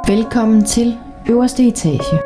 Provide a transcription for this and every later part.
Velkommen til øverste etage.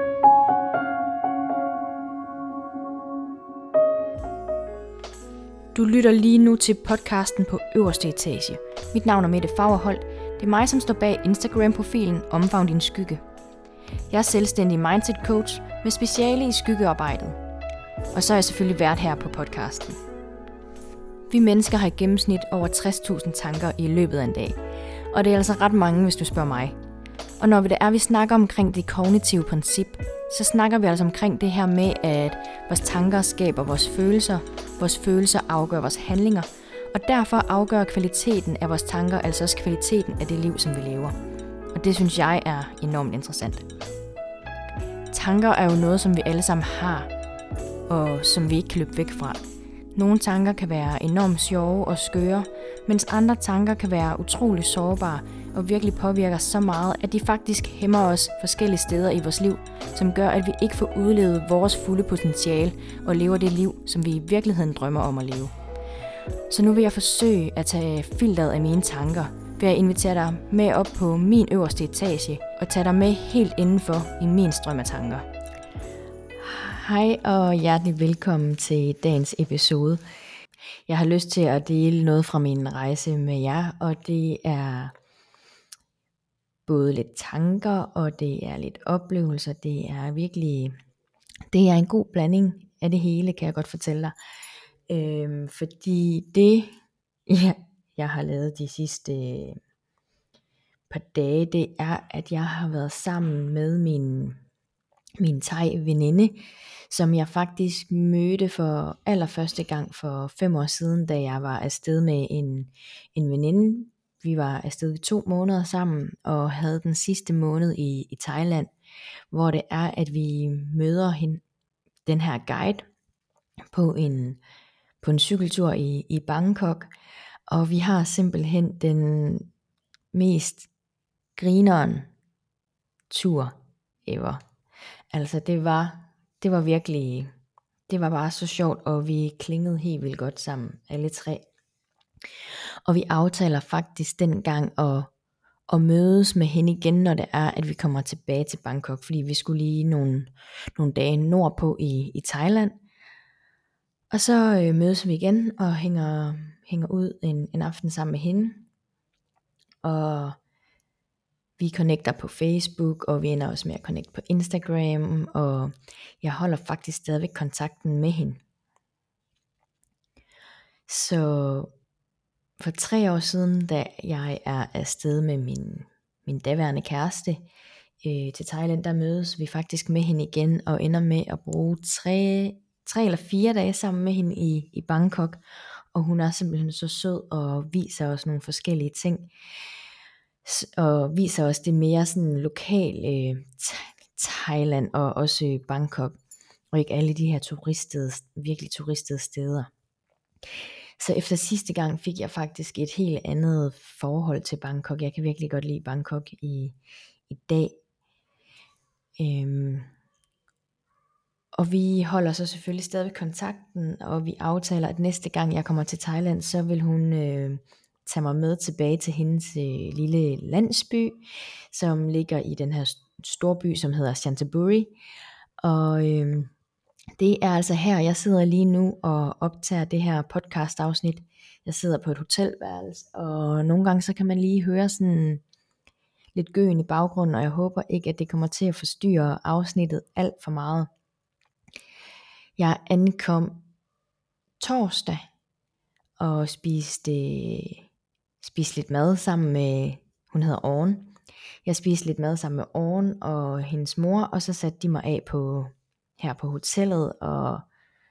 Du lytter lige nu til podcasten på øverste etage. Mit navn er Mette Fagerholt. Det er mig, som står bag Instagram-profilen Omfavn din skygge. Jeg er selvstændig mindset coach med speciale i skyggearbejdet. Og så er jeg selvfølgelig vært her på podcasten. Vi mennesker har i gennemsnit over 60.000 tanker i løbet af en dag. Og det er altså ret mange, hvis du spørger mig. Og når vi snakker omkring det kognitive princip, så snakker vi altså omkring det her med, at vores tanker skaber vores følelser afgør vores handlinger, og derfor afgør kvaliteten af vores tanker altså også kvaliteten af det liv, som vi lever. Og det synes jeg er enormt interessant. Tanker er jo noget, som vi alle sammen har, og som vi ikke kan løbe væk fra. Nogle tanker kan være enormt sjove og skøre, mens andre tanker kan være utrolig sårbare og virkelig påvirker så meget, at de faktisk hæmmer os forskellige steder i vores liv, som gør, at vi ikke får udlevet vores fulde potentiale og lever det liv, som vi i virkeligheden drømmer om at leve. Så nu vil jeg forsøge at tage filteret af mine tanker ved at invitere dig med op på min øverste etage og tage dig med helt indenfor i min strøm af tanker. Hej og hjertelig velkommen til dagens episode. Jeg har lyst til at dele noget fra min rejse med jer, og det er både lidt tanker, og det er lidt oplevelser. Det er en god blanding af det hele, kan jeg godt fortælle dig. Fordi det, jeg har lavet de sidste par dage, det er, at jeg har været sammen med min thai-veninde, som jeg faktisk mødte for allerførste gang for 5 år siden, da jeg var afsted med en veninde. Vi var afsted i 2 måneder sammen, og havde den sidste måned i Thailand, hvor det er, at vi møder den her guide på en cykeltur i Bangkok, og vi har simpelthen den mest grineren tur ever. Altså det var virkelig, det var bare så sjovt, og vi klingede helt vildt godt sammen, alle 3. Og vi aftaler faktisk dengang at mødes med hende igen, når det er, at vi kommer tilbage til Bangkok, fordi vi skulle lige nogle dage nordpå i Thailand. Og så mødes vi igen og hænger ud en aften sammen med hende. Og vi connecter på Facebook, og vi ender også med at connecte på Instagram, og jeg holder faktisk stadigvæk kontakten med hende. Så for 3 år siden, da jeg er afsted med min daværende kæreste til Thailand, der mødes vi faktisk med hende igen, og ender med at bruge 3 eller 4 dage sammen med hende i Bangkok, og hun er simpelthen så sød og viser os nogle forskellige ting, og viser os det mere sådan lokale Thailand og også Bangkok, og ikke alle de her virkelig turistede steder. Så efter sidste gang fik jeg faktisk et helt andet forhold til Bangkok. Jeg kan virkelig godt lide Bangkok i dag. Og vi holder så selvfølgelig stadig kontakten, og vi aftaler, at næste gang jeg kommer til Thailand, så vil hun tage mig med tilbage til hendes lille landsby, som ligger i den her storby, som hedder Chanthaburi. Og det er altså her, jeg sidder lige nu og optager det her podcast afsnit. Jeg sidder på et hotelværelse, og nogle gange så kan man lige høre sådan lidt gøen i baggrunden, og jeg håber ikke, at det kommer til at forstyrre afsnittet alt for meget. Jeg ankom torsdag og spiste lidt mad sammen med, hun hedder Oren. Jeg spiste lidt mad sammen med Oren og hendes mor, og så satte de mig af her på hotellet, og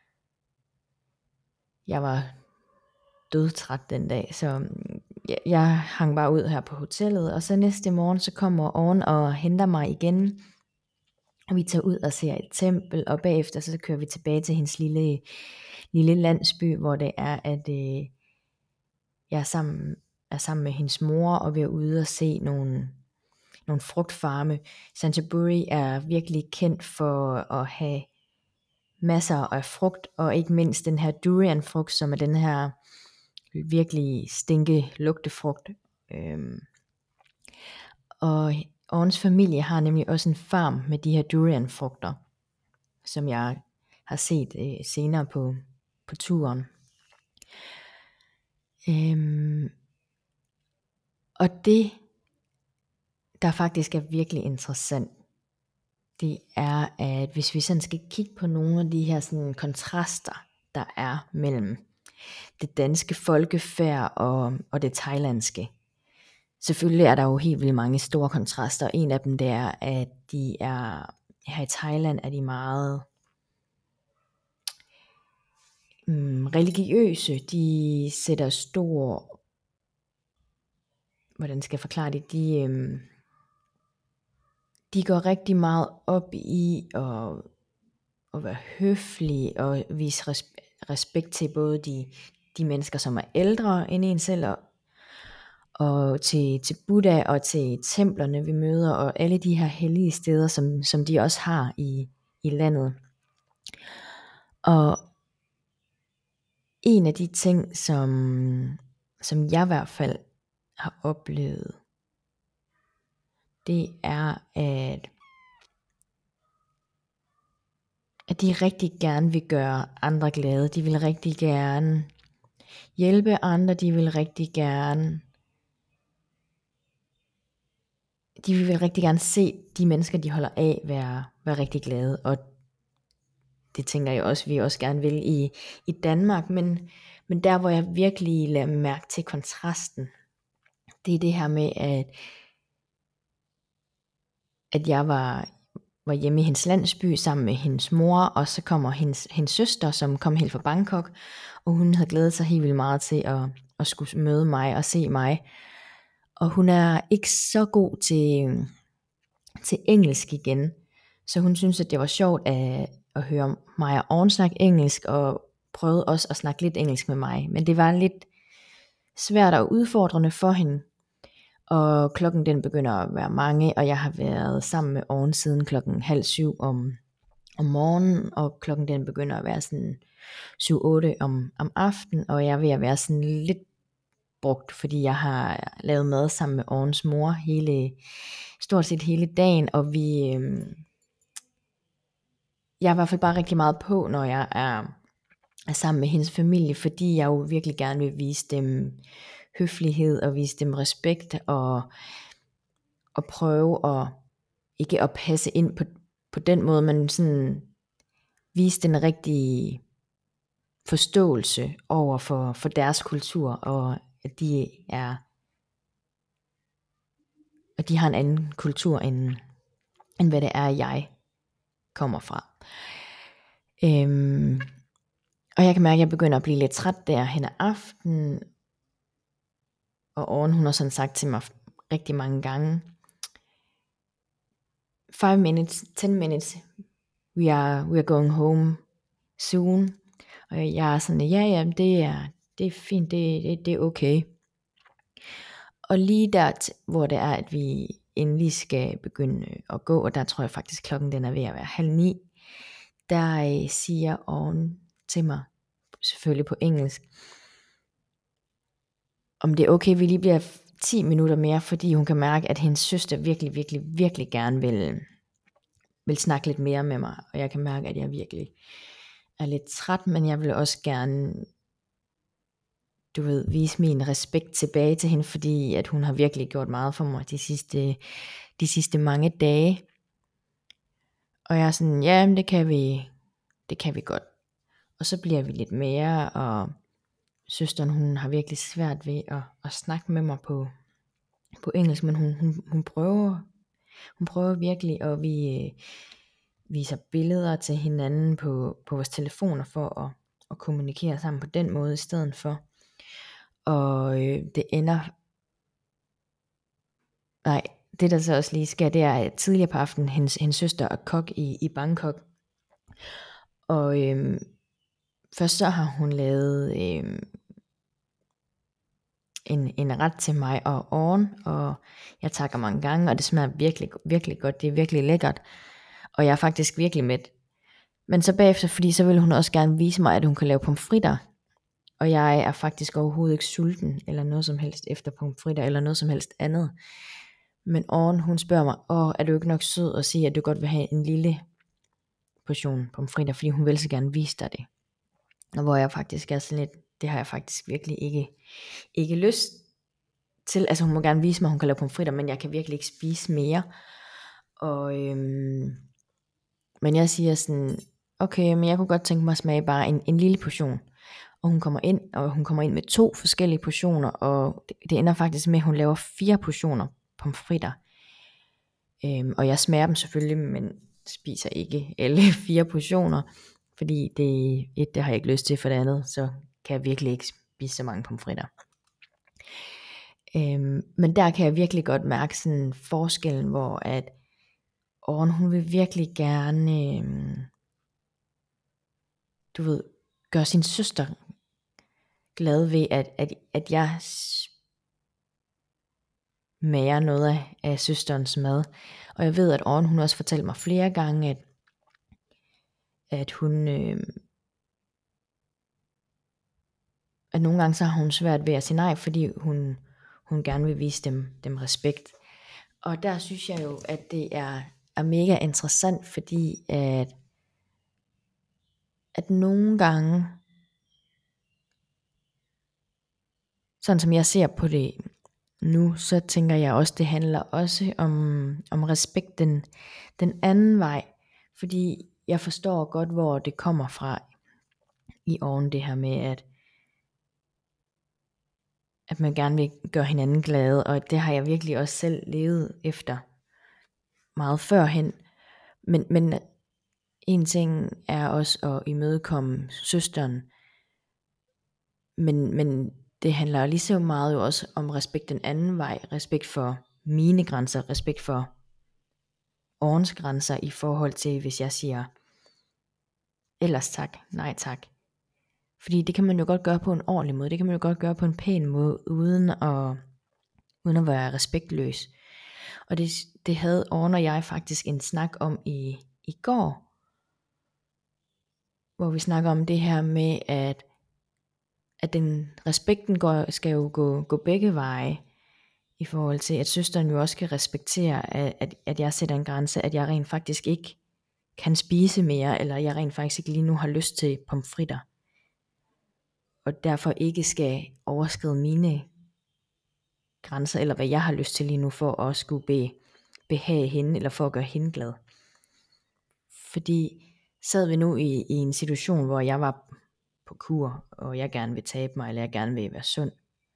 jeg var dødtræt den dag, så jeg hang bare ud her på hotellet, og så næste morgen, så kommer Oren og henter mig igen, og vi tager ud og ser et tempel, og bagefter så kører vi tilbage til hendes lille landsby, hvor det er, at jeg er sammen med hendes mor, og vi er ude og se nogle frugtfarme. Chanthaburi er virkelig kendt for at have masser af frugt, og ikke mindst den her durianfrugt, som er den her virkelig stinke lugtefrugt. Og Orens familie har nemlig også en farm med de her durianfrugter, som jeg har set senere på turen. Og det, der faktisk er virkelig interessant, det er, at hvis vi sådan skal kigge på nogle af de her sådan kontraster, der er mellem det danske folkefærd og det thailandske. Selvfølgelig er der jo helt vildt mange store kontraster, og en af dem det er, at de er, her i Thailand er de meget religiøse. De sætter stor, hvordan skal jeg forklare det, de går rigtig meget op i at være høflige og vise respekt til både de mennesker, som er ældre end en selv, og til Buddha og til templerne vi møder, og alle de her hellige steder, som de også har i landet. Og en af de ting, som jeg i hvert fald har oplevet, det er, at de rigtig gerne vil gøre andre glade. De vil rigtig gerne hjælpe andre. De vil rigtig gerne se de mennesker, de holder af, være rigtig glade. Og det tænker jeg også, vi også gerne vil i Danmark. Men der, hvor jeg virkelig lader mærke til kontrasten, det er det her med, at jeg var hjemme i hendes landsby sammen med hendes mor, og så kommer hendes søster, som kom helt fra Bangkok, og hun havde glædet sig helt vildt meget til at skulle møde mig og se mig. Og hun er ikke så god til engelsk igen, så hun synes, at det var sjovt at høre mig og Oren snakke engelsk, og prøvede også at snakke lidt engelsk med mig. Men det var lidt svært og udfordrende for hende. Og klokken den begynder at være mange, og jeg har været sammen med Oren siden 6:30 om morgenen, og klokken den begynder at være sådan 7-8 om aftenen, og jeg er ved at være sådan lidt brugt, fordi jeg har lavet mad sammen med Orens mor stort set hele dagen, og jeg er i hvert fald bare rigtig meget på, når jeg er sammen med hendes familie, fordi jeg jo virkelig gerne vil vise dem høflighed og vise dem respekt og prøve ikke at passe ind på den måde, men sådan vise den rigtige forståelse over for deres kultur, og at de har en anden kultur end hvad det er jeg kommer fra. Og jeg kan mærke, at jeg begynder at blive lidt træt der hen ad aftenen. Og Oren, hun har sådan sagt til mig rigtig mange gange, 5 minutes, 10 minutes, we are going home soon. Og jeg er sådan, ja, det er fint, det er okay. Og lige der, hvor det er, at vi endelig skal begynde at gå, og der tror jeg faktisk, klokken den er ved at være 8:30, der siger Oren til mig, selvfølgelig på engelsk, om det er okay, vi lige bliver 10 minutter mere, fordi hun kan mærke, at hendes søster virkelig, virkelig, virkelig gerne vil snakke lidt mere med mig, og jeg kan mærke, at jeg virkelig er lidt træt, men jeg vil også gerne, vise min respekt tilbage til hende, fordi at hun har virkelig gjort meget for mig de sidste mange dage. Og jeg er sådan, ja, men det kan vi godt. Og så bliver vi lidt mere, og søsteren, hun har virkelig svært ved at snakke med mig på engelsk, men hun prøver virkelig, og vi viser billeder til hinanden på vores telefoner for at kommunikere sammen på den måde i stedet for. Og det der så også lige sker, det er, at tidligere på aftenen, hendes søster er kok i Bangkok, og først så har hun lavet en ret til mig og Oren, og jeg takker mange gange, og det smager virkelig, virkelig godt, det er virkelig lækkert, og jeg er faktisk virkelig mæt. Men så bagefter, fordi så ville hun også gerne vise mig, at hun kan lave pomfritter, og jeg er faktisk overhovedet ikke sulten, eller noget som helst efter pomfritter, eller noget som helst andet. Men Oren, hun spørger mig, er du ikke nok sød at sige, at du godt vil have en lille portion pomfritter, fordi hun vil så gerne vise dig det. Og hvor jeg faktisk er sådan lidt, det har jeg faktisk virkelig ikke lyst til. Altså hun må gerne vise mig, at hun kan lave pomfritter, men jeg kan virkelig ikke spise mere. Og men jeg siger sådan, okay, men jeg kunne godt tænke mig at smage bare en lille portion. Og hun kommer ind med 2 forskellige portioner, og det ender faktisk med, at hun laver 4 portioner pomfritter. Og jeg smager dem selvfølgelig, men spiser ikke alle 4 portioner, fordi det har jeg ikke lyst til, for det andet, så kan jeg virkelig ikke spise så mange pomfritter. Men der kan jeg virkelig godt mærke sådan forskellen, hvor at Oren, hun vil virkelig gerne, gøre sin søster glad ved, at jeg smager noget af søsterens mad. Og jeg ved, at Oren, hun også fortalte mig flere gange, at hun, at nogle gange så har hun svært ved at sige nej, fordi hun gerne vil vise dem respekt. Og der synes jeg jo, at det er mega interessant, fordi at nogle gange, sådan som jeg ser på det nu, så tænker jeg også, det handler også om respekt den anden vej, fordi jeg forstår godt, hvor det kommer fra i Oren, det her med, at man gerne vil gøre hinanden glade, og det har jeg virkelig også selv levet efter meget førhen. Men en ting er også at imødekomme søsteren, men det handler lige så meget jo også om respekt den anden vej, respekt for mine grænser, respekt for Orens grænser i forhold til, hvis jeg siger, ellers tak, nej tak. Fordi det kan man jo godt gøre på en ordentlig måde, det kan man jo godt gøre på en pæn måde, uden at være respektløs. Og det havde Oren og jeg faktisk en snak om i går, hvor vi snakker om det her med, at den respekten skal jo gå begge veje, i forhold til, at søsteren jo også skal respektere, at jeg sætter en grænse, at jeg rent faktisk ikke kan spise mere, eller jeg rent faktisk ikke lige nu har lyst til pomfritter, og derfor ikke skal overskride mine grænser, eller hvad jeg har lyst til lige nu, for at skulle behage hende, eller for at gøre hende glad. Fordi sad vi nu i en situation, hvor jeg var på kur, og jeg gerne vil tabe mig, eller jeg gerne vil være sund,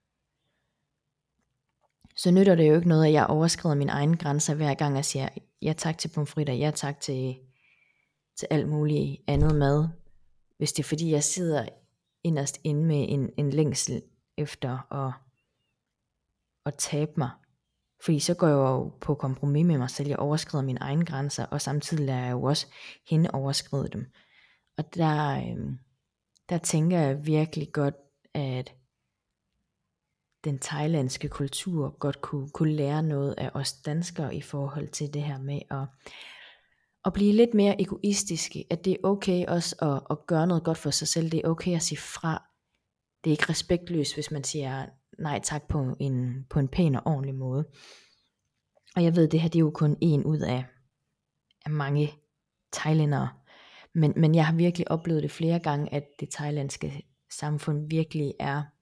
så nytter det jo ikke noget, at jeg overskrider mine egne grænser, hver gang jeg siger, ja tak til pomfritter, ja tak til alt muligt andet mad, hvis det er fordi, jeg sidder inderst inde med en længsel efter at tabe mig. Fordi så går jeg jo på kompromis med mig selv, jeg overskrider mine egne grænser, og samtidig lader jeg jo også hende overskride dem. Og der tænker jeg virkelig godt, at den thailandske kultur godt kunne lære noget af os danskere i forhold til det her med at blive lidt mere egoistiske, at det er okay også at gøre noget godt for sig selv, det er okay at sige fra, det er ikke respektløst, hvis man siger nej tak på en pæn og ordentlig måde. Og jeg ved, det her det er jo kun en ud af mange thailændere, men jeg har virkelig oplevet det flere gange, at det thailandske samfund virkelig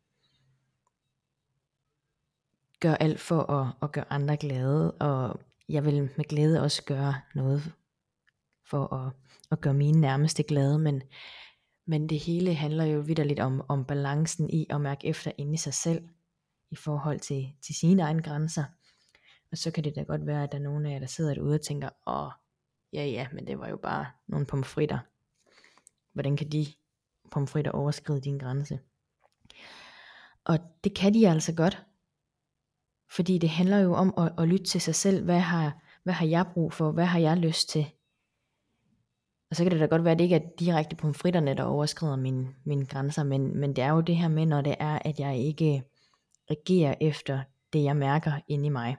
gør alt for at gøre andre glade, og jeg vil med glæde også gøre noget for at gøre mine nærmeste glade, men det hele handler jo vitterligt om balancen i at mærke efter inde i sig selv, i forhold til sine egne grænser. Og så kan det da godt være, at der er nogen af jer, der sidder derude og tænker, ja, men det var jo bare nogle pomfritter. Hvordan kan de pomfritter overskride din grænse? Og det kan de altså godt. Fordi det handler jo om at lytte til sig selv. Hvad har jeg brug for? Hvad har jeg lyst til? Og så kan det da godt være, at det ikke er direkte pomfritterne, der overskrider mine grænser. Men det er jo det her med, når det er, at jeg ikke reagerer efter det, jeg mærker inde i mig.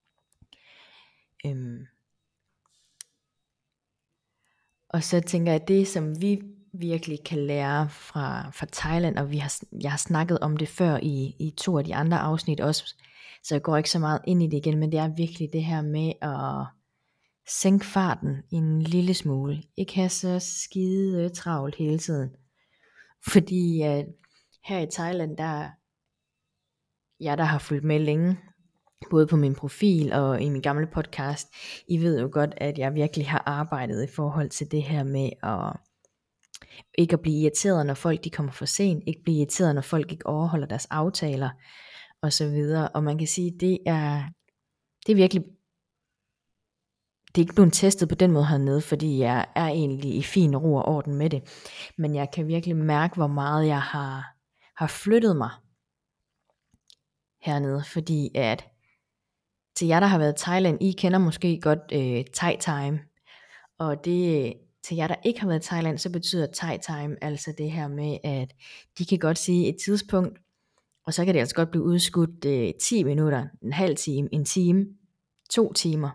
Og så tænker jeg, at det som vi virkelig kan lære fra Thailand, og jeg har snakket om det før i 2 af de andre afsnit også, Så jeg går ikke så meget ind i det igen, men det er virkelig det her med at sænke farten en lille smule. Ikke have så skide travlt hele tiden. Fordi her i Thailand, jeg der har fulgt med længe, både på min profil og i min gamle podcast, I ved jo godt, at jeg virkelig har arbejdet i forhold til det her med at ikke at blive irriteret, når folk de kommer for sent, ikke blive irriteret, når folk ikke overholder deres aftaler, og så videre. Og man kan sige, det er virkelig, det er ikke blevet testet på den måde hernede, fordi jeg er egentlig i fin ro og orden med det. Men jeg kan virkelig mærke, hvor meget jeg har flyttet mig hernede, fordi at til jer, der har været i Thailand, I kender måske godt Thai time, og det til jer, der ikke har været i Thailand, så betyder Thai time altså det her med, at de kan godt sige et tidspunkt, og så kan det altså godt blive udskudt 10 minutter, en halv time, en time, 2 timer.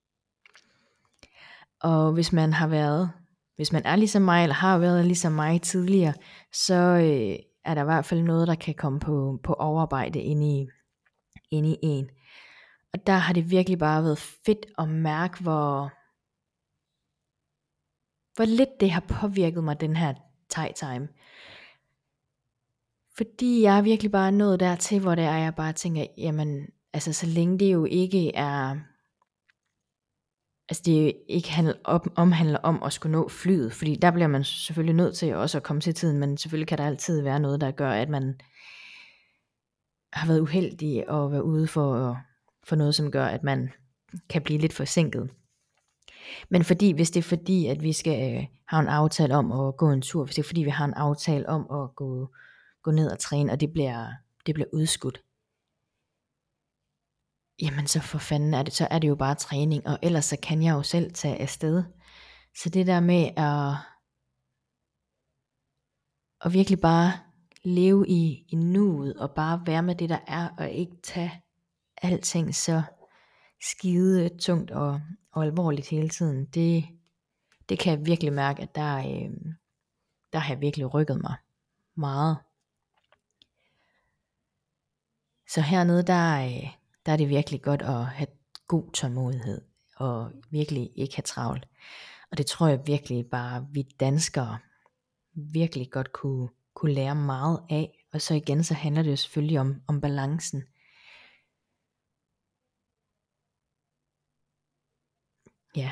Og hvis man er ligesom mig, eller har været ligesom mig tidligere, så er der i hvert fald noget, der kan komme på overarbejde inde i en. Og der har det virkelig bare været fedt at mærke, hvor lidt det har påvirket mig, den her Thai time. Fordi jeg er virkelig bare nået dertil, hvor det er, jeg bare tænker, jamen, altså så længe det jo ikke er, altså det ikke omhandler om at skulle nå flyet, fordi der bliver man selvfølgelig nødt til også at komme til tiden, men selvfølgelig kan der altid være noget, der gør, at man har været uheldig og være ude for noget, som gør, at man kan blive lidt forsinket. Men hvis det er fordi, at vi skal have en aftale om at gå en tur, hvis det er fordi, vi har en aftale om at gå ned og træne, og det bliver udskudt, jamen så for fanden så er det jo bare træning, og ellers så kan jeg jo selv tage afsted. Så det der med at virkelig bare leve i nuet, og bare være med det der er, og ikke tage alting så skide tungt og alvorligt hele tiden, det kan jeg virkelig mærke, at der har jeg virkelig rykket mig meget. Så hernede, der er det virkelig godt at have god tålmodighed, og virkelig ikke have travlt. Og det tror jeg virkelig bare, vi danskere virkelig godt kunne lære meget af. Og så igen, så handler det jo selvfølgelig om balancen. Ja.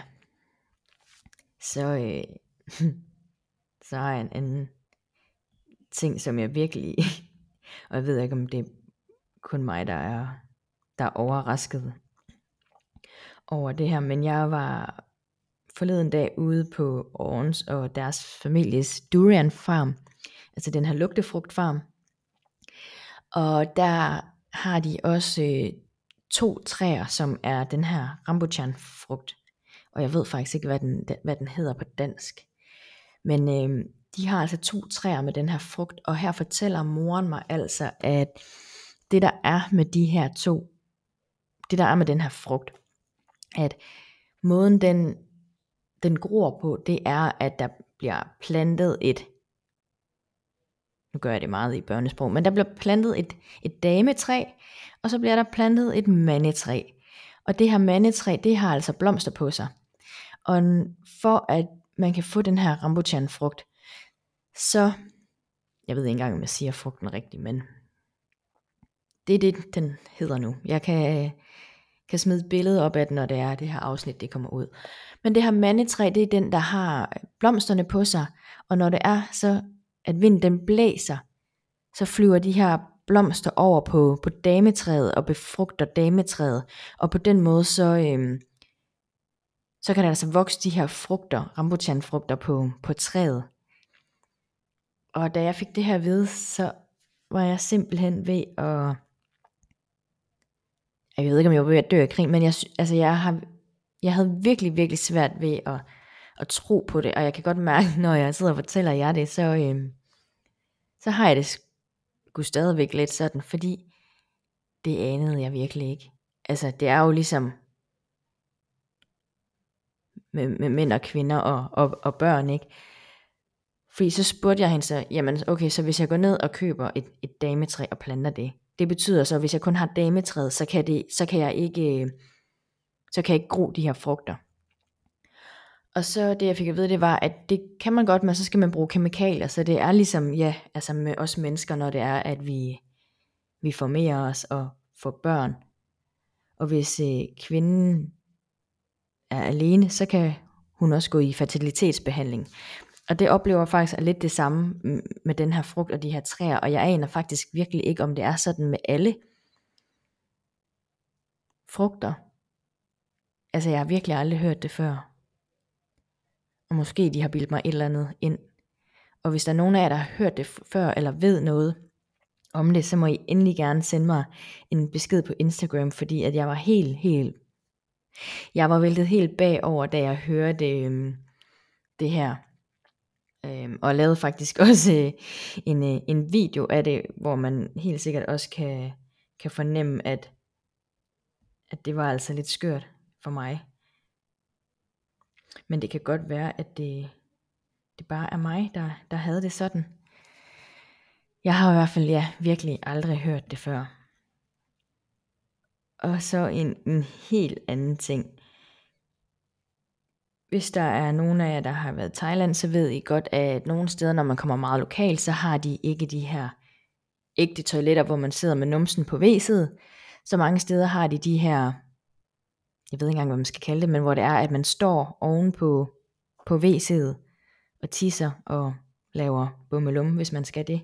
Så så har jeg en anden ting, som jeg virkelig, og jeg ved ikke, om det er kun mig, der er overrasket over det her, men jeg var forleden dag ude på Orens og deres families durian farm, altså den her lugtefrugtfarm, og der har de også 2 træer, som er den her rambutan frugt, og jeg ved faktisk ikke, hvad den hedder på dansk, men de har altså 2 træer med den her frugt, og her fortæller moren mig altså, at det der er med de her 2, det der er med den her frugt, at måden den gror på, det er, at der bliver plantet nu gør jeg det meget i børnesprog, men der bliver plantet et dametræ, og så bliver der plantet et mandetræ. Og det her mandetræ, det har altså blomster på sig. Og for at man kan få den her rambutan frugt, så, jeg ved ikke engang, om jeg siger frugten rigtigt, men det er det, den hedder nu. Jeg kan smide et billede op af den, når det her afsnit det kommer ud. Men det her mandetræ, det er den, der har blomsterne på sig, og når det er så, at vinden den blæser, så flyver de her blomster over på dametræet og befrugter dametræet, og på den måde så kan der altså vokse de her frugter, rambutanfrugter på træet. Og da jeg fik det her ved, så var jeg simpelthen ved at, jeg ved ikke, om jeg var ved at dø af grin, men jeg havde virkelig, virkelig svært ved at tro på det, og jeg kan godt mærke, når jeg sidder og fortæller jer det, så har jeg det sgu stadigvæk lidt sådan, fordi det anede jeg virkelig ikke. Altså, det er jo ligesom med mænd og kvinder og børn, ikke? Fordi så spurgte jeg hende så, jamen okay, så hvis jeg går ned og køber et dametræ og planter det, Det betyder så, at hvis jeg kun har dametræet, så kan jeg ikke gro de her frugter. Og så det jeg fik at vide, det var, at det kan man godt, men så skal man bruge kemikalier. Så det er ligesom, altså med os mennesker, når det er, at vi formerer os og får børn. Og hvis kvinden er alene, så kan hun også gå i fertilitetsbehandling. Og det oplever jeg faktisk er lidt det samme med den her frugt og de her træer. Og jeg aner faktisk virkelig ikke, om det er sådan med alle frugter. Altså jeg har virkelig aldrig hørt det før. Og måske de har bildt mig et eller andet ind. Og hvis der er nogen af jer, der har hørt det før, eller ved noget om det, så må I endelig gerne sende mig en besked på Instagram, fordi at jeg var jeg var væltet helt bagover, da jeg hørte det her. Og jeg lavede faktisk også en video af det, hvor man helt sikkert også kan fornemme, at det var altså lidt skørt for mig. Men det kan godt være, at det bare er mig, der havde det sådan. Jeg har i hvert fald virkelig aldrig hørt det før. Og så en helt anden ting. Hvis der er nogen af jer, der har været i Thailand, så ved I godt, at nogle steder, når man kommer meget lokalt, så har de ikke de her ægte toiletter, hvor man sidder med numsen på væsset. Så mange steder har de her, jeg ved ikke engang, hvad man skal kalde det, men hvor det er, at man står oven på væsset og tisser og laver bummelum, hvis man skal det.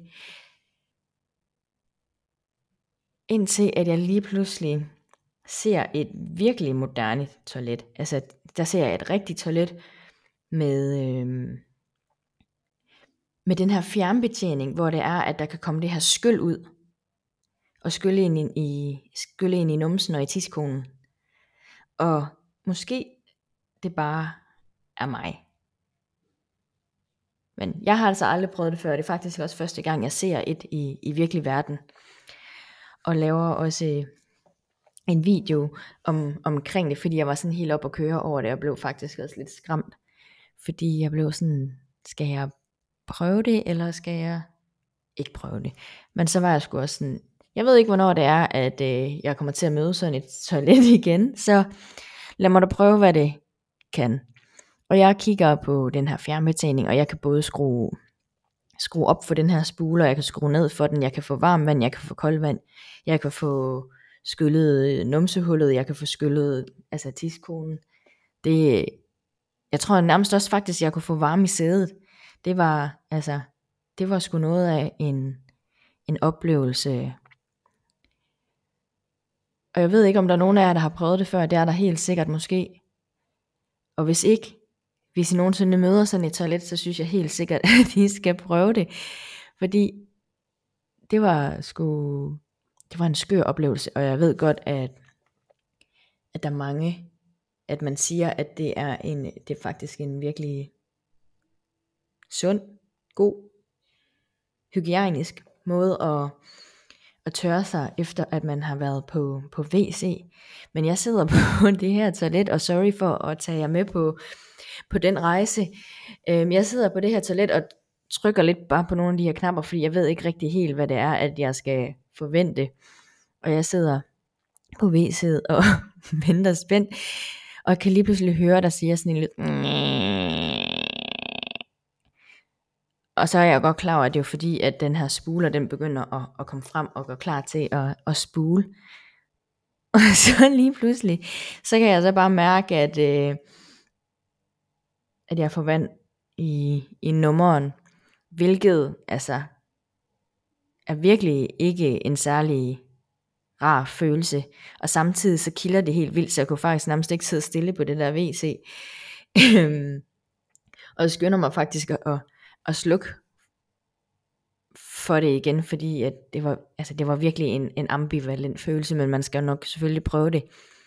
Indtil at jeg lige pludselig ser et virkelig moderne toilet. Altså der ser jeg et rigtigt toilet med den her fjernbetjening, hvor det er, at der kan komme det her skyl ud og skylle ind i numsen og i tidskonen. Og måske det bare er mig. Men jeg har altså aldrig prøvet det før. Det er faktisk også første gang, jeg ser et i virkelig verden. Og laver også en video omkring det, fordi jeg var sådan helt op at køre over det, og blev faktisk også lidt skræmt. Fordi jeg blev sådan, skal jeg prøve det, eller skal jeg ikke prøve det? Men så var jeg sgu også sådan, jeg ved ikke, hvornår det er, at jeg kommer til at møde sådan et toilet igen, så lad mig da prøve, hvad det kan. Og jeg kigger på den her fjernbetjening, og jeg kan både skrue op for den her spule, og jeg kan skrue ned for den, jeg kan få varmt vand, jeg kan få koldt vand, jeg kan få skyllet numsehullet, jeg kan få skyllet tidskonen. Jeg tror nærmest også faktisk, jeg kunne få varme i sædet. Det var sgu noget af en oplevelse. Og jeg ved ikke, om der er nogen af jer, der har prøvet det før. Det er der helt sikkert måske. Og hvis ikke, hvis I nogensinde møder sådan et toilet, så synes jeg helt sikkert, at I skal prøve det. Fordi det var en skør oplevelse. Og jeg ved godt, at der er mange, at man siger, at det er faktisk en virkelig sund, god, hygiejnisk måde at tørre sig, efter at man har været på WC. Men jeg sidder på det her toilet, og sorry for at tage jer med på den rejse. Jeg sidder på det her toilet og trykker lidt bare på nogle af de her knapper, fordi jeg ved ikke rigtig helt, hvad det er, at jeg skal forvente. Og jeg sidder på WC'et og venter spændt, og kan lige pludselig høre, der siger sådan en lyd. Og så er jeg godt klar over, at det er fordi, at den her spuler, den begynder at komme frem og gå klar til at spule. Og så lige pludselig, så kan jeg så bare mærke, at jeg får vand i nummeren, hvilket altså er virkelig ikke en særlig rar følelse. Og samtidig så kilder det helt vildt, så jeg kunne faktisk nærmest ikke sidde stille på det der WC. Og jeg skynder mig faktisk at slukke for det igen, fordi at det var virkelig en ambivalent følelse, men man skal nok selvfølgelig prøve det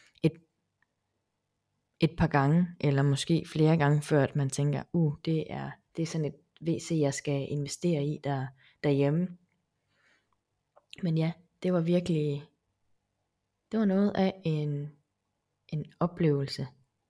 et par gange, eller måske flere gange, før at man tænker, det er sådan et WC, jeg skal investere i derhjemme. Men ja, det var noget af en oplevelse.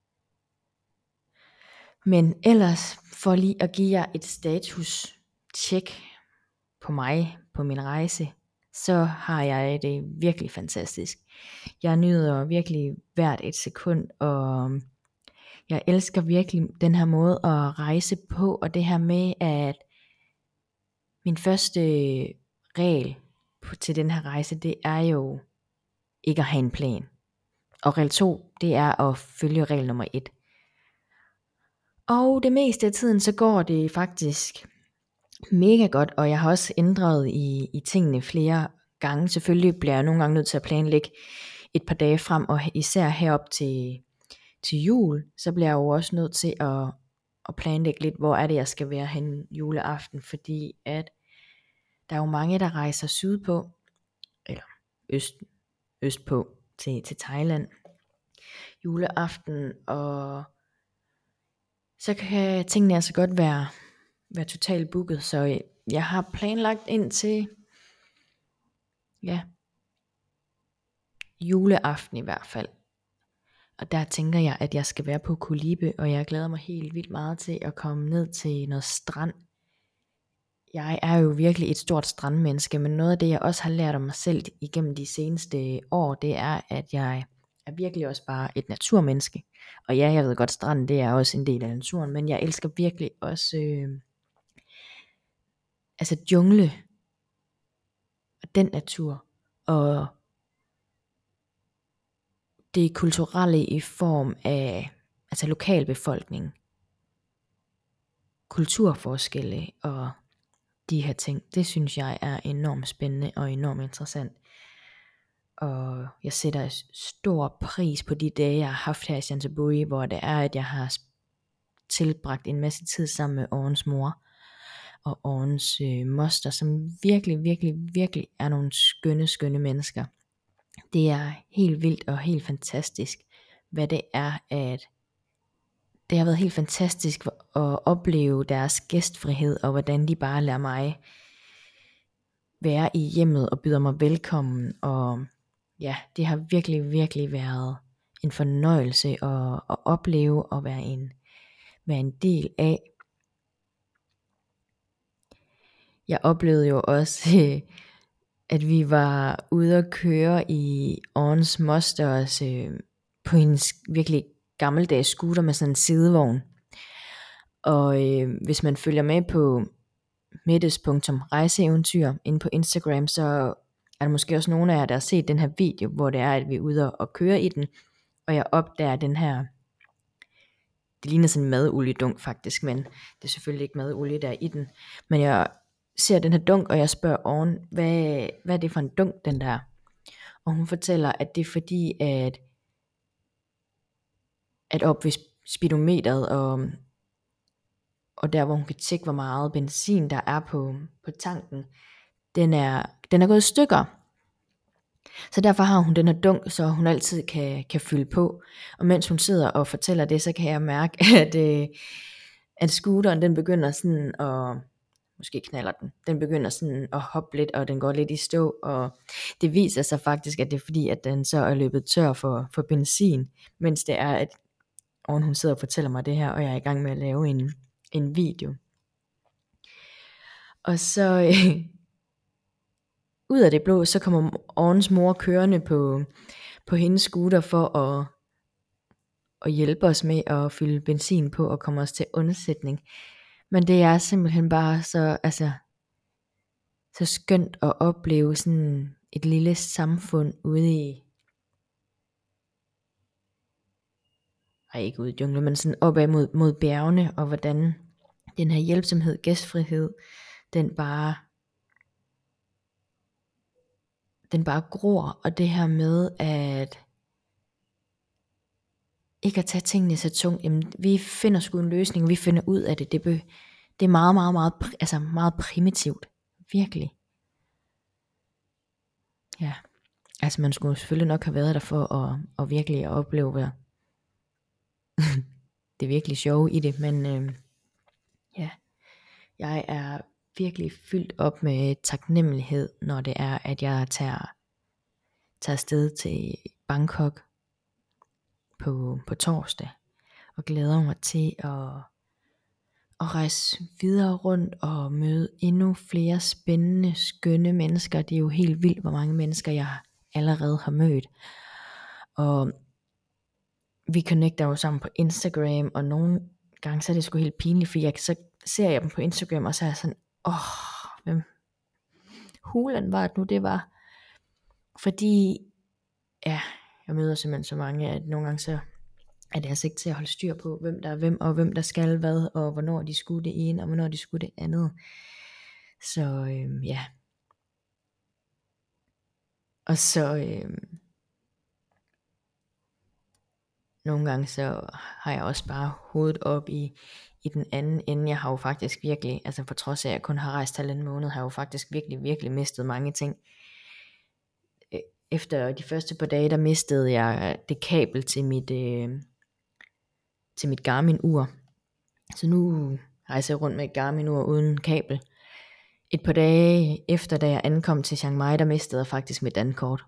Men ellers, for lige at give jer et status check på mig, på min rejse, så har jeg det virkelig fantastisk. Jeg nyder virkelig hvert et sekund, og jeg elsker virkelig den her måde at rejse på, og det her med, at min første regel til den her rejse, det er jo ikke at have en plan. Og regel 2, det er at følge regel nummer 1. Og det meste af tiden, så går det faktisk mega godt, og jeg har også ændret i tingene flere gange. Selvfølgelig bliver jeg nogle gange nødt til at planlægge et par dage frem, og især herop til jul, så bliver jeg jo også nødt til at planlægge lidt, hvor er det, jeg skal være hen juleaften, fordi at der er jo mange, der rejser sydpå, eller østpå til Thailand juleaften, og så kan tingene altså godt være totalt booket, så jeg har planlagt ind til juleaften i hvert fald. Og der tænker jeg, at jeg skal være på Koh Lipe, og jeg glæder mig helt vildt meget til at komme ned til noget strand. Jeg er jo virkelig et stort strandmenneske, men noget af det, jeg også har lært om mig selv igennem de seneste år, det er, at jeg er virkelig også bare et naturmenneske. Og ja, jeg ved godt, stranden det er også en del af naturen, men jeg elsker virkelig også jungle og den natur, og det kulturelle i form af lokalbefolkning, kulturforskelle og de her ting, det synes jeg er enormt spændende og enormt interessant. Og jeg sætter stor pris på de dage, jeg har haft her i Chantaburi, hvor det er, at jeg har tilbragt en masse tid sammen med Orens mor og Orens moster, som virkelig, virkelig, virkelig er nogle skønne mennesker. Det er helt vildt og helt fantastisk, hvad det er, at det har været helt fantastisk at opleve deres gæstfrihed, og hvordan de bare lader mig være i hjemmet og byder mig velkommen. Og ja, det har virkelig, virkelig været en fornøjelse at opleve og være en del af. Jeg oplevede jo også, at vi var ude at køre i Orens mosters på hendes virkelig gammeldags scooter med sådan en sidevogn. Og hvis man følger med på Mettes.rejseeventyr inde på Instagram, så er der måske også nogle af jer, der har set den her video, hvor det er, at vi er ude og køre i den, og jeg opdager den her, det ligner sådan en madoliedunk faktisk, men det er selvfølgelig ikke madolie, der er i den, men jeg ser den her dunk, og jeg spørger Oren, hvad er det for en dunk, den der? Og hun fortæller, at det er fordi, at op ved speedometeret, og der hvor hun kan tjekke, hvor meget benzin der er på tanken, den er gået i stykker. Så derfor har hun den her dunk, så hun altid kan fylde på. Og mens hun sidder og fortæller det, så kan jeg mærke, at scooteren den begynder sådan at, måske knaller den begynder sådan at hoppe lidt, og den går lidt i stå, og det viser sig faktisk, at det er fordi, at den så er løbet tør for benzin, mens det er, at hun sidder og fortæller mig det her, og jeg er i gang med at lave en video. Og så ud af det blå, så kommer Orens mor kørende på hendes scooter for at hjælpe os med at fylde benzin på og komme os til undsætning. Men det er simpelthen bare så skønt at opleve sådan et lille samfund ude ikke ude i junglen, men sådan opad mod bjergene, og hvordan den her hjælpsomhed, gæstfrihed, den bare gror, og det her med at ikke at tage tingene så tungt, jamen vi finder sgu en løsning, vi finder ud af det, det er meget, meget, meget, meget primitivt, virkelig. Ja, man skulle selvfølgelig nok have været der for at virkelig at opleve det virkelig sjove i det, men ja, jeg er virkelig fyldt op med taknemmelighed, når det er, at jeg tager afsted til Bangkok på torsdag, og glæder mig til at rejse videre rundt og møde endnu flere spændende, skønne mennesker. Det er jo helt vildt, hvor mange mennesker jeg allerede har mødt. Og vi connecter jo sammen på Instagram, og nogle gange så er det sgu helt pinligt, fordi så ser jeg dem på Instagram, og så er jeg sådan, hvem hulen var det nu, det var. Fordi, ja, jeg møder simpelthen så mange, at nogle gange så er det altså ikke til at holde styr på, hvem der er hvem, og hvem der skal hvad, og hvornår de skulle det ene, og hvornår de skulle det andet. Så ja. Og så nogle gange så har jeg også bare hovedet op i den anden ende. Jeg har jo faktisk virkelig, altså for trods af at jeg kun har rejst 1,5 måned, har jeg jo faktisk virkelig mistet mange ting. Efter de første par dage, der mistede jeg det kabel til mit Garmin-ur. Så nu rejser jeg rundt med et Garmin-ur uden kabel. Et par dage efter, da jeg ankom til Chiang Mai, der mistede jeg faktisk mit dankort.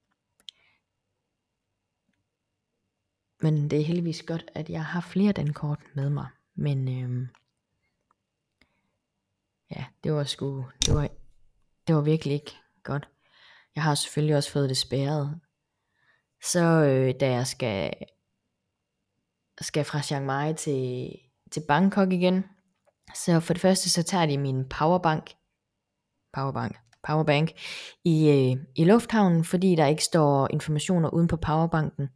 Men det er heldigvis godt, at jeg har flere dankort med mig. Men ja, det var virkelig ikke godt. Jeg har selvfølgelig også fået det spærret. Så da jeg skal fra Chiang Mai til Bangkok igen, så for det første så tager de min powerbank i lufthavnen, fordi der ikke står informationer uden på powerbanken,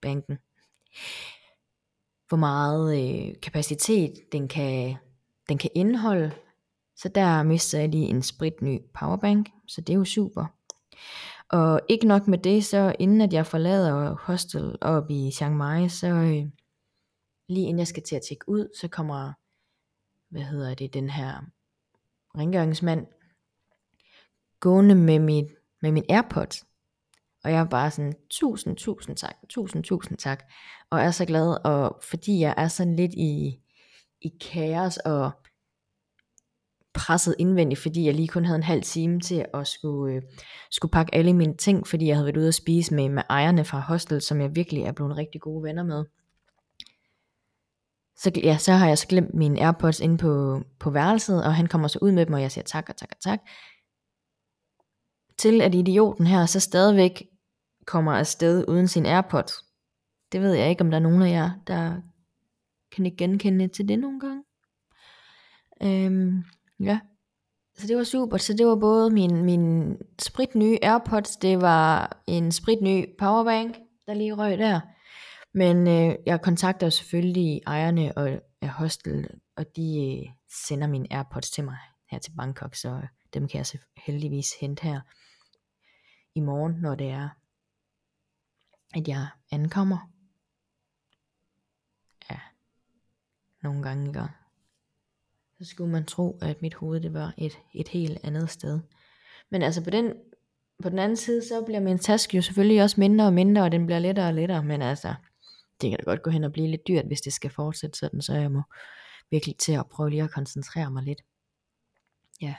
hvor meget kapacitet den kan indeholde. Så der mister jeg lige en spritny powerbank, så det er jo super. Og ikke nok med det, så inden at jeg forlader hostel op i Chiang Mai, så lige inden jeg skal til at tjekke ud, så kommer, den her rengøringsmand gående med min AirPods. Og jeg er bare sådan, tusind tak. Og jeg er så glad, og fordi jeg er sådan lidt i kaos og presset indvendigt, fordi jeg lige kun havde en halv time til at skulle pakke alle mine ting, fordi jeg havde været ude at spise med ejerne fra hostel, som jeg virkelig er blevet rigtig gode venner med. Så har jeg så glemt mine AirPods inde på værelset, og han kommer så ud med dem, og jeg siger tak. Til at idioten her så stadigvæk kommer afsted uden sin AirPods. Det ved jeg ikke, om der er nogen af jer, der kan ikke genkende til det nogle gange. Ja. Så det var super. Så det var både min spritnye AirPods, det var en spritny powerbank, der lige røg der. Men jeg kontakter selvfølgelig ejerne af hostel, og de sender mine AirPods til mig her til Bangkok, så dem kan jeg så heldigvis hente her i morgen, når det er, at jeg ankommer. Ja, nogle gange ikke. Så skulle man tro, at mit hoved det var et helt andet sted. Men altså på den anden side, så bliver min taske jo selvfølgelig også mindre og mindre, og den bliver lettere og lettere. Men altså, det kan da godt gå hen og blive lidt dyrt, hvis det skal fortsætte sådan, så jeg må virkelig til at prøve lige at koncentrere mig lidt. Ja.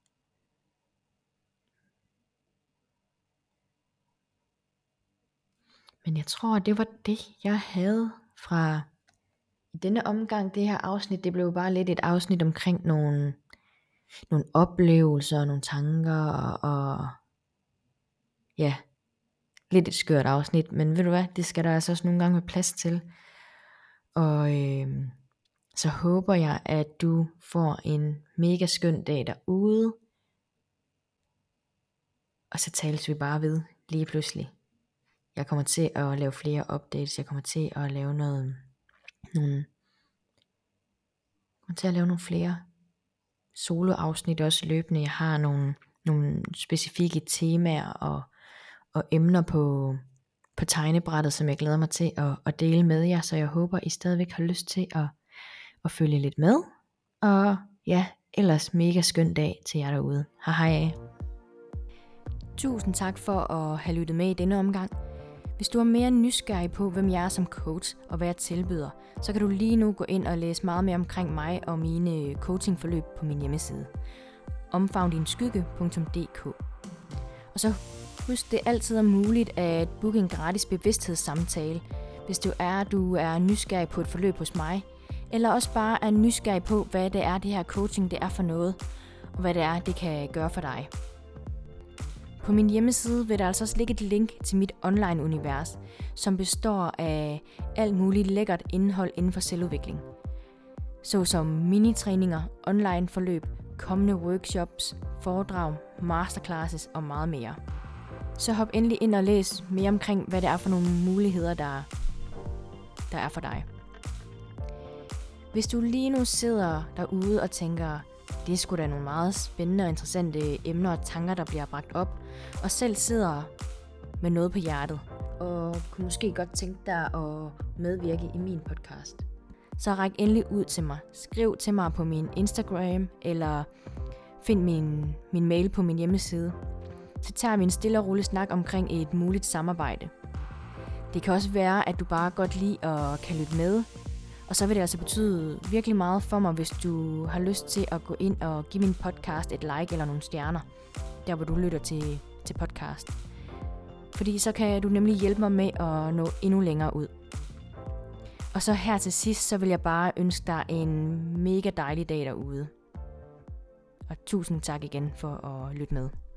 Men jeg tror, det var det, jeg havde fra i denne omgang. Det her afsnit, det blev bare lidt et afsnit omkring nogle oplevelser, nogle tanker, og ja, lidt et skørt afsnit, men ved du hvad, det skal der altså også nogle gange være plads til. Og så håber jeg, at du får en mega skøn dag derude, og så tales vi bare ved lige pludselig. Jeg kommer til at lave flere updates, jeg kommer til at lave nogle flere soloafsnit også løbende. Jeg har nogle specifikke temaer og emner på tegnebrættet, som jeg glæder mig til at dele med jer, så jeg håber, I stadigvæk har lyst til at følge lidt med. Og ja, ellers mega skøn dag til jer derude. Hej. Tusind tak for at have lyttet med i denne omgang. Hvis du er mere nysgerrig på, hvem jeg er som coach og hvad jeg tilbyder, så kan du lige nu gå ind og læse meget mere omkring mig og mine coachingforløb på min hjemmeside. omfavndinskygge.dk. Og så husk, det altid er muligt at booke en gratis bevidsthedssamtale, hvis du er nysgerrig på et forløb hos mig, eller også bare er nysgerrig på, hvad det er, det her coaching det er for noget, og hvad det er, det kan gøre for dig. På min hjemmeside vil der altså også ligge et link til mit online-univers, som består af alt muligt lækkert indhold inden for selvudvikling. Såsom minitræninger, online-forløb, kommende workshops, foredrag, masterclasses og meget mere. Så hop endelig ind og læs mere omkring, hvad det er for nogle muligheder, der er for dig. Hvis du lige nu sidder derude og tænker, det er sgu da nogle meget spændende og interessante emner og tanker, der bliver bragt op, og selv sidder med noget på hjertet, og kunne måske godt tænke dig at medvirke i min podcast, så ræk endelig ud til mig. Skriv til mig på min Instagram, eller find min mail på min hjemmeside. Så tager vi en stille og rolig snak omkring et muligt samarbejde. Det kan også være, at du bare godt lide og kan lytte med, og så vil det altså betyde virkelig meget for mig, hvis du har lyst til at gå ind og give min podcast et like eller nogle stjerner, der hvor du lytter til podcast. Fordi så kan du nemlig hjælpe mig med at nå endnu længere ud. Og så her til sidst, så vil jeg bare ønske dig en mega dejlig dag derude. Og tusind tak igen for at lytte med.